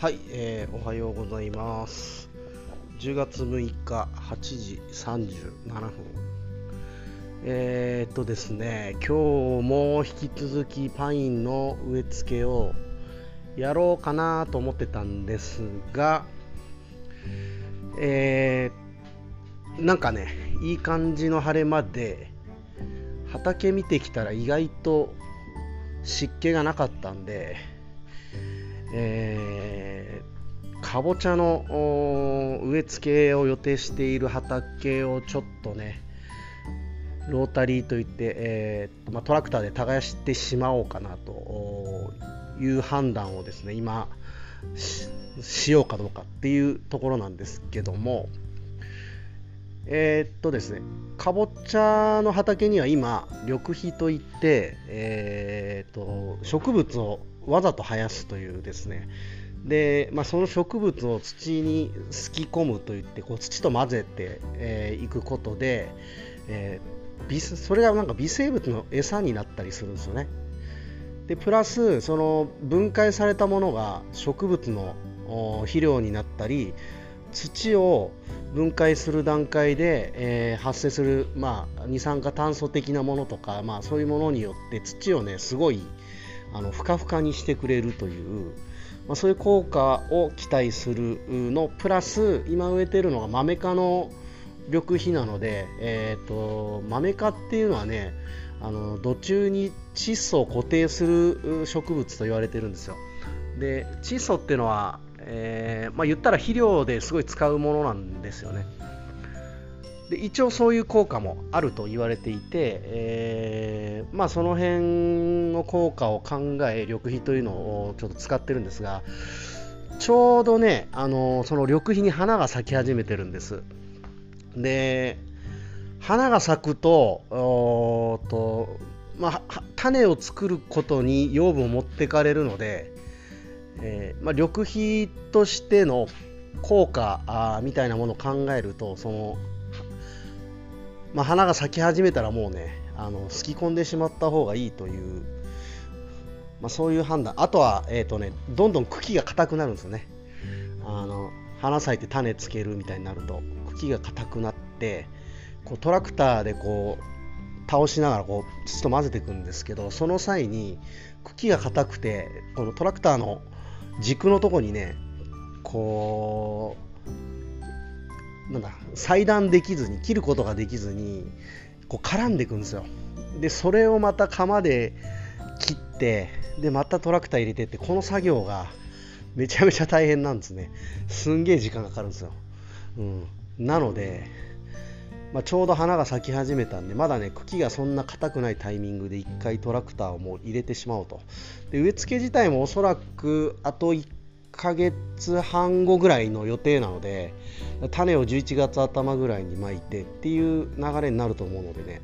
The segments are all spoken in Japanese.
はい、おはようございます。10月6日8時37分。ですね、今日も引き続きパインの植え付けをやろうかなと思ってたんですが、なんかね、いい感じの晴れ間で、畑見てきたら意外と湿気がなかったんで、かぼちゃの植え付けを予定している畑をちょっとね、ロータリーといって、トラクターで耕してしまおうかなという判断をですね、今 しようかどうかっていうところなんですけども、ですね、かぼちゃの畑には今緑肥といって、植物をわざと生やすというですね、で、その植物を土にすき込むといって、こう土と混ぜていくことで、それがなんか微生物の餌になったりするんですよね。でプラスその分解されたものが植物の肥料になったり、土を分解する段階で、発生する、二酸化炭素的なものとか、そういうものによって土をねすごいふかふかにしてくれるという、そういう効果を期待するのプラス、今植えてるのがマメ科の緑肥なので、マメ科っていうのはね、土中に窒素を固定する植物と言われてるんですよ。で窒素っていうのは、言ったら肥料ですごい使うものなんですよね。で一応そういう効果もあると言われていて、その辺の効果を考え緑肥というのをちょっと使ってるんですが、ちょうどね、その緑肥に花が咲き始めてるんです。で花が咲くと種を作ることに養分を持ってかれるので、緑肥としての効果みたいなものを考えると、花が咲き始めたらもうねすき込んでしまった方がいいという、そういう判断。あとは、どんどん茎が硬くなるんですよね。花咲いて種つけるみたいになると茎が硬くなって、こうトラクターでこう倒しながらこう土と混ぜていくんですけど、その際に茎が硬くて、このトラクターの軸のとこにね、こう裁断できずに、切ることができずにこう絡んでいくんですよ。でそれをまた鎌で切って、でまたトラクター入れてって、この作業がめちゃめちゃ大変なんですね。すんげえ時間かかるんですよ。なので、ちょうど花が咲き始めたんで、まだね茎がそんな硬くないタイミングで一回トラクターをもう入れてしまおうと。で植え付け自体もおそらくあと1ヶ月半後ぐらいの予定なので、種を11月頭ぐらいに巻いてっていう流れになると思うのでね、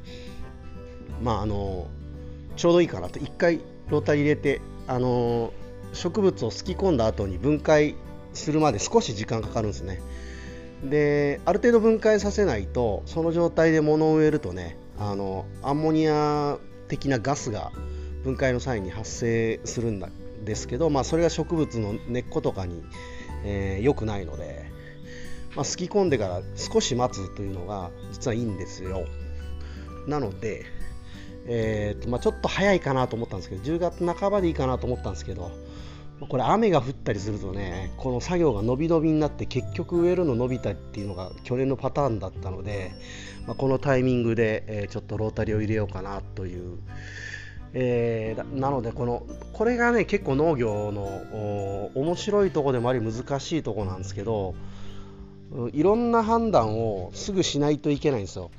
ちょうどいいかなと。一回ロータリー入れて、植物をすき込んだ後に分解するまで少し時間かかるんですね。である程度分解させないと、その状態で物を植えるとね、アンモニア的なガスが分解の際に発生するんですけど、それが植物の根っことかに良くないので、すき込んでから少し待つというのが実はいいんですよ。なので、ちょっと早いかなと思ったんですけど、10月半ばでいいかなと思ったんですけど、これ雨が降ったりするとね、この作業が伸び伸びになって、結局植えるの伸びたっていうのが去年のパターンだったので、このタイミングで、ちょっとロータリーを入れようかなという、なのでこれがね結構農業の面白いところでもあり難しいところなんですけど、いろんな判断をすぐしないといけないんですよ。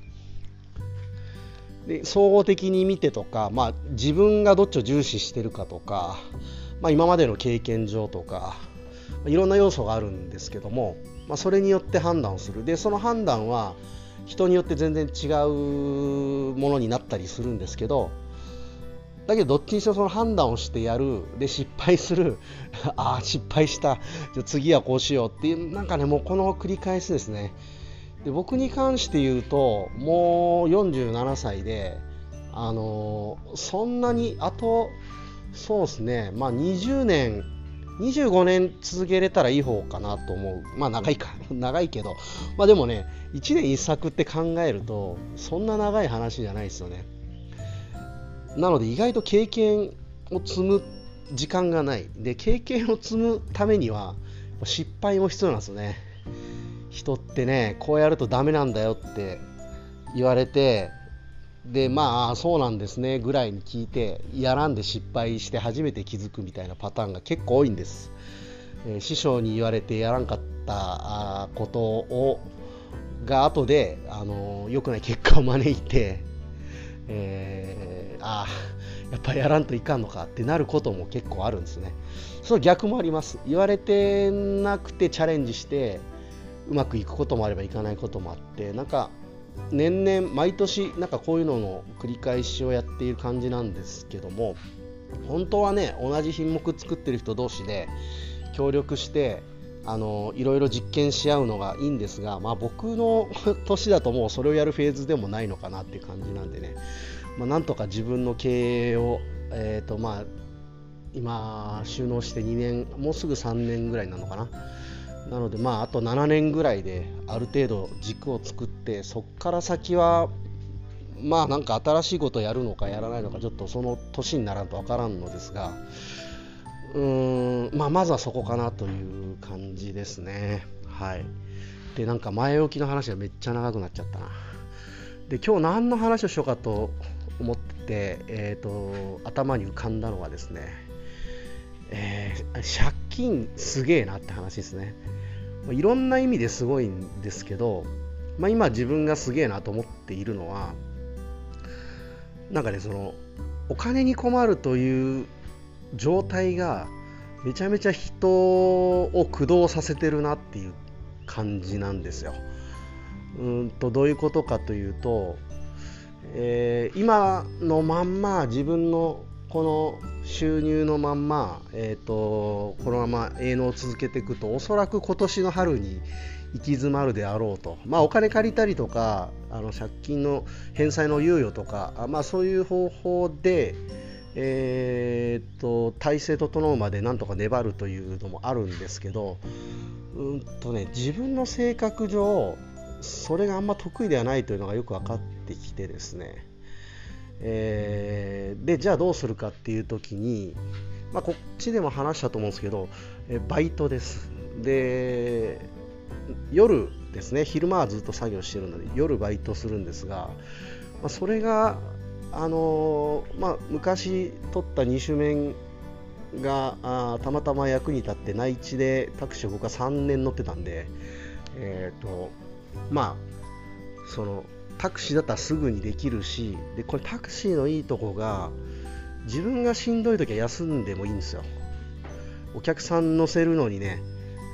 で総合的に見てとか、自分がどっちを重視してるかとか、今までの経験上とか、いろんな要素があるんですけども、それによって判断をする。でその判断は人によって全然違うものになったりするんですけど、だけどどっちにしろその判断をしてやる。で失敗する失敗した、じゃあ次はこうしようっていう、もうこの繰り返しですね。で僕に関して言うと、もう47歳で、そんなにあとそうですね、20年 25年続けれたらいい方かなと思う。まあ長いか長いけど、まあでもね、1年1作って考えるとそんな長い話じゃないですよね。なので意外と経験を積む時間がない。で、経験を積むためには失敗も必要なんですよね。人ってね、こうやるとダメなんだよって言われて、でまあそうなんですねぐらいに聞いて、やらんで失敗して初めて気づくみたいなパターンが結構多いんです。師匠に言われてやらんかったことが後で良くない結果を招いて、やっぱりやらんといかんのかってなることも結構あるんですね。その逆もあります。言われてなくてチャレンジしてうまくいくこともあればいかないこともあって、なんか年々毎年なんかこういうのの繰り返しをやっている感じなんですけども、本当はね、同じ品目作ってる人同士で協力していろいろ実験し合うのがいいんですが、まあ、僕の年だともうそれをやるフェーズでもないのかなっていう感じなんでね、なんとか自分の経営を、今収納して2年、もうすぐ3年ぐらいなのかな。なのであと7年ぐらいである程度軸を作って、そこから先はなんか新しいことをやるのかやらないのか、ちょっとその年にならんと分からんのですが、まずはそこかなという感じですね。はい。で、なんか前置きの話がめっちゃ長くなっちゃったな。で、今日何の話をしようかと思って、頭に浮かんだのはですね、借金すげえなって話ですね。いろんな意味ですごいんですけど、今自分がすげえなと思っているのは、なんかね、そのお金に困るという状態がめちゃめちゃ人を駆動させてるなっていう感じなんですよ。どういうことかというと、今のまんま自分のこの収入のまんま、このまま営農を続けていくと、おそらく今年の春に行き詰まるであろうと。お金借りたりとか借金の返済の猶予とか、そういう方法で体制整うまでなんとか粘るというのもあるんですけど、自分の性格上それがあんま得意ではないというのがよく分かってきてですね、でじゃあどうするかっていう時に、こっちでも話したと思うんですけど、バイトです。で、夜ですね、昼間はずっと作業してるので夜バイトするんですが、それが昔取った二種免がたまたま役に立って内地でタクシーを僕は3年乗ってたんで、そのタクシーだったらすぐにできるし、でこれタクシーのいいとこが、自分がしんどい時は休んでもいいんですよ。お客さん乗せるのにね、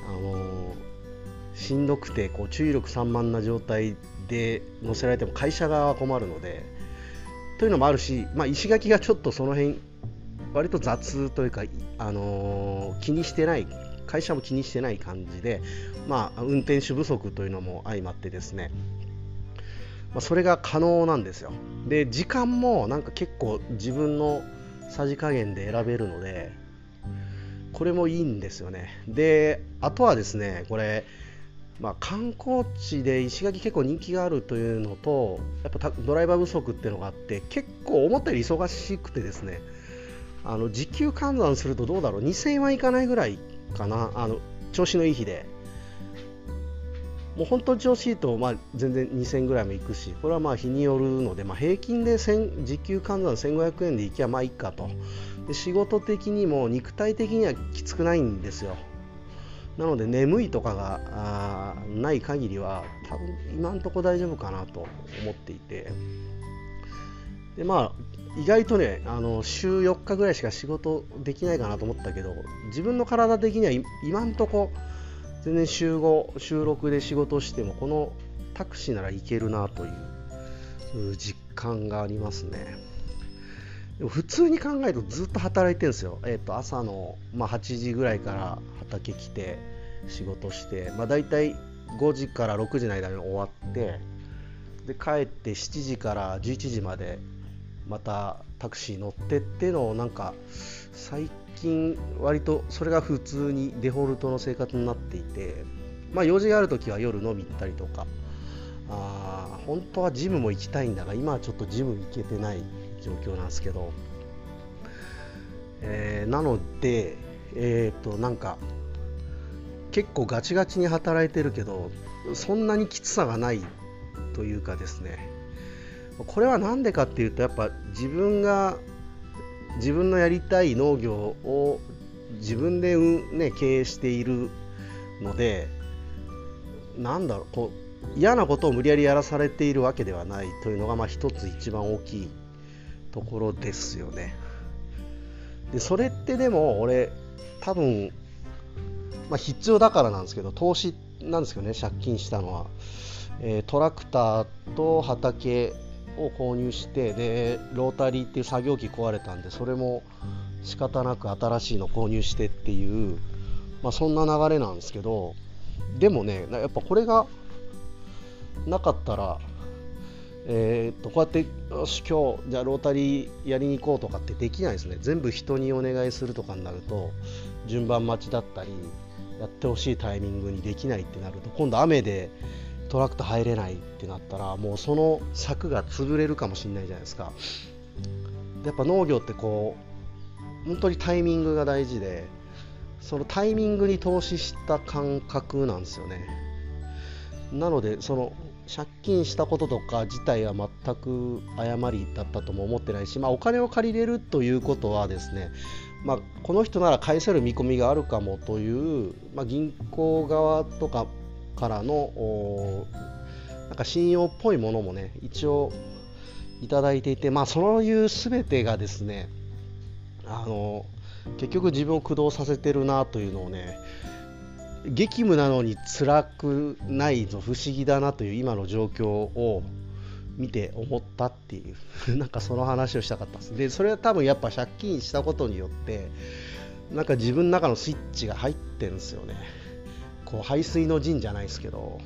しんどくて注意力散漫な状態で乗せられても会社側は困るので、というのもあるし、石垣がちょっとその辺割と雑というか、気にしてない、会社も気にしてない感じで、運転手不足というのも相まってですね、それが可能なんですよ。で、時間もなんか結構自分のさじ加減で選べるので、これもいいんですよね。で、あとはですね、これ観光地で石垣結構人気があるというのと、やっぱドライバー不足っていうのがあって、結構思ったより忙しくてですね、時給換算するとどうだろう、2000円はいかないぐらいかな、調子のいい日で。もう本当に調子いいと、全然2000円ぐらいもいくし、これは日によるので、平均で時給換算1500円でいけばいいかと。で、仕事的にも肉体的にはきつくないんですよ。なので眠いとかがない限りは多分今のところ大丈夫かなと思っていて、で意外とね、週4日ぐらいしか仕事できないかなと思ったけど、自分の体的には今のとこ全然週5、週6で仕事してもこのタクシーならいけるなという実感がありますね。でも普通に考えるとずっと働いてるんですよ。朝の、8時ぐらいから畑来て仕事して、だいたい5時から6時の間に終わって、で帰って7時から11時までまたタクシー乗ってっていうのをなんか最近割とそれが普通にデフォルトの生活になっていて、まあ用事があるときは夜飲み行ったりとか、本当はジムも行きたいんだが今はちょっとジム行けてない状況なんですけど、なのでなんか結構ガチガチに働いてるけどそんなにきつさがないというかですね、これは何でかっていうと、やっぱ自分のやりたい農業を自分で、経営しているので、なんだろう、こう嫌なことを無理やりやらされているわけではないというのが、まあ一つ一番大きいところですよね。でそれってでも俺多分、まあ、必要だからなんですけど、投資なんですけどね、借金したのは、トラクターと畑を購入して、でロータリーっていう作業機壊れたんで、それも仕方なく新しいの購入してっていう、まあ、そんな流れなんですけど、でもね、やっぱこれがなかったら、こうやってよし今日じゃあロータリーやりに行こうとかってできないですね。全部人にお願いするとかになると順番待ちだったり、やってほしいタイミングにできないってなると、今度雨でトラクター入れないってなったら、もうその柵が潰れるかもしれないじゃないですか。でやっぱ農業ってこう本当にタイミングが大事で、そのタイミングに投資した感覚なんですよね。なのでその借金したこととか自体は全く誤りだったとも思ってないし、まあ、お金を借りれるということはですね、まあ、この人なら返せる見込みがあるかもという、まあ、銀行側とかからのなんか信用っぽいものもね一応いただいていて、まあ、そういう全てがですね、結局自分を駆動させてるなというのをね、激務なのに辛くないぞ、不思議だなという今の状況を見て思ったっていうなんかその話をしたかったです。でそれは多分やっぱ借金したことによってなんか自分の中のスイッチが入ってるんですよね。こう排水の陣じゃないですけど、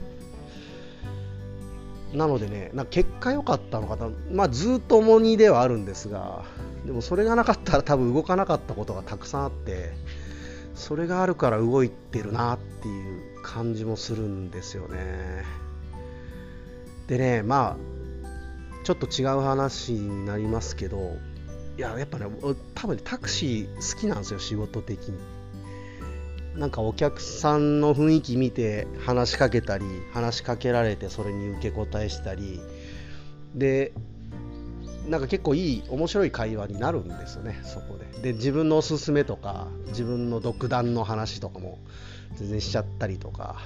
なのでね、なんか結果良かったのかな、まあずっと重荷ではあるんですが、でもそれがなかったら多分動かなかったことがたくさんあって、それがあるから動いてるなっていう感じもするんですよね。でね、まあちょっと違う話になりますけど、やっぱね、多分タクシー好きなんですよ、仕事的に。なんかお客さんの雰囲気見て話しかけたり、話しかけられてそれに受け答えしたりで、なんか結構いい面白い会話になるんですよね、そこで。で自分のおすすめとか自分の独断の話とかも全然しちゃったりとか、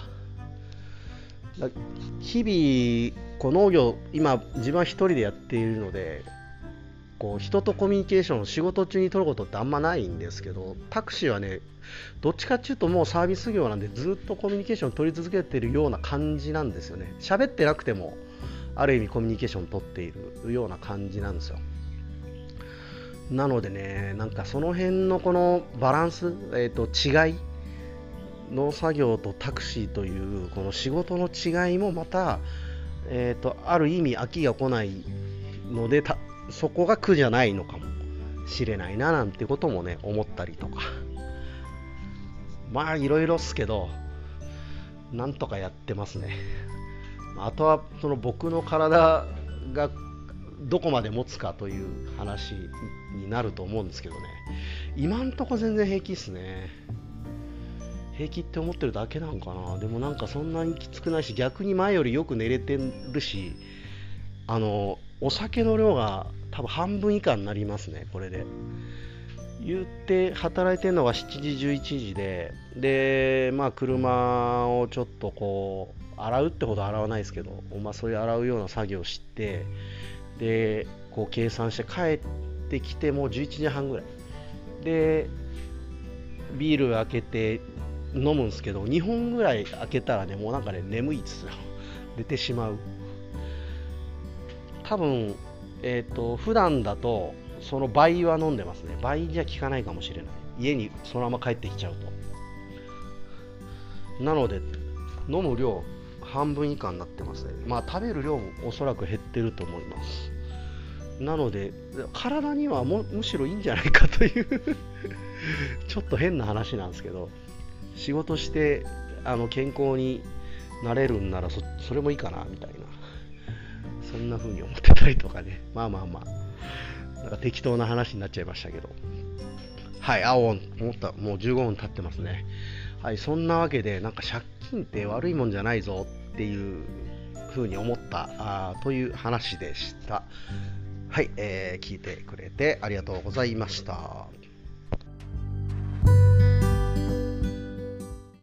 日々こう農業今自分は一人でやっているので、こう人とコミュニケーションを仕事中に取ることってあんまないんですけど、タクシーはねどっちかっていうともうサービス業なんでずっとコミュニケーションを取り続けているような感じなんですよね。喋ってなくてもある意味コミュニケーションを取っているような感じなんですよ。なのでね、なんかその辺のこのバランス、違い、農作業とタクシーというこの仕事の違いもまた、ある意味飽きが来ないので、そこが苦じゃないのかもしれないななんてこともね思ったりとか、まあいろいろっすけどなんとかやってますね。あとはその僕の体がどこまで持つかという話になると思うんですけどね、今んとこ全然平気っすね。平気って思ってるだけなんかな。でもなんかそんなにきつくないし、逆に前よりよく寝れてるし、お酒の量が多分半分以下になりますね、これで。言って働いてるのが7時11時で、まあ車をちょっとこう洗うってほど洗わないですけど、まあそういう洗うような作業をして、でこう計算して帰ってきても11時半ぐらいでビール開けて飲むんですけど、2本ぐらい開けたらねもうなんかね眠いですよ、出てしまう。多分普段だとその倍は飲んでますね。倍じゃ効かないかもしれない、家にそのまま帰ってきちゃうと。なので飲む量半分以下になってますね。まあ食べる量もおそらく減ってると思います。 なので体にはむしろいいんじゃないかというちょっと変な話なんですけど、仕事して健康になれるんならそれもいいかなみたいな、そんな風に思ってたりとかね。まあなんか適当な話になっちゃいましたけど、はい、思ったもう15分経ってますね。はい、そんなわけで、なんか借金って悪いもんじゃないぞっていう風に思ったという話でした。はい、聞いてくれてありがとうございました。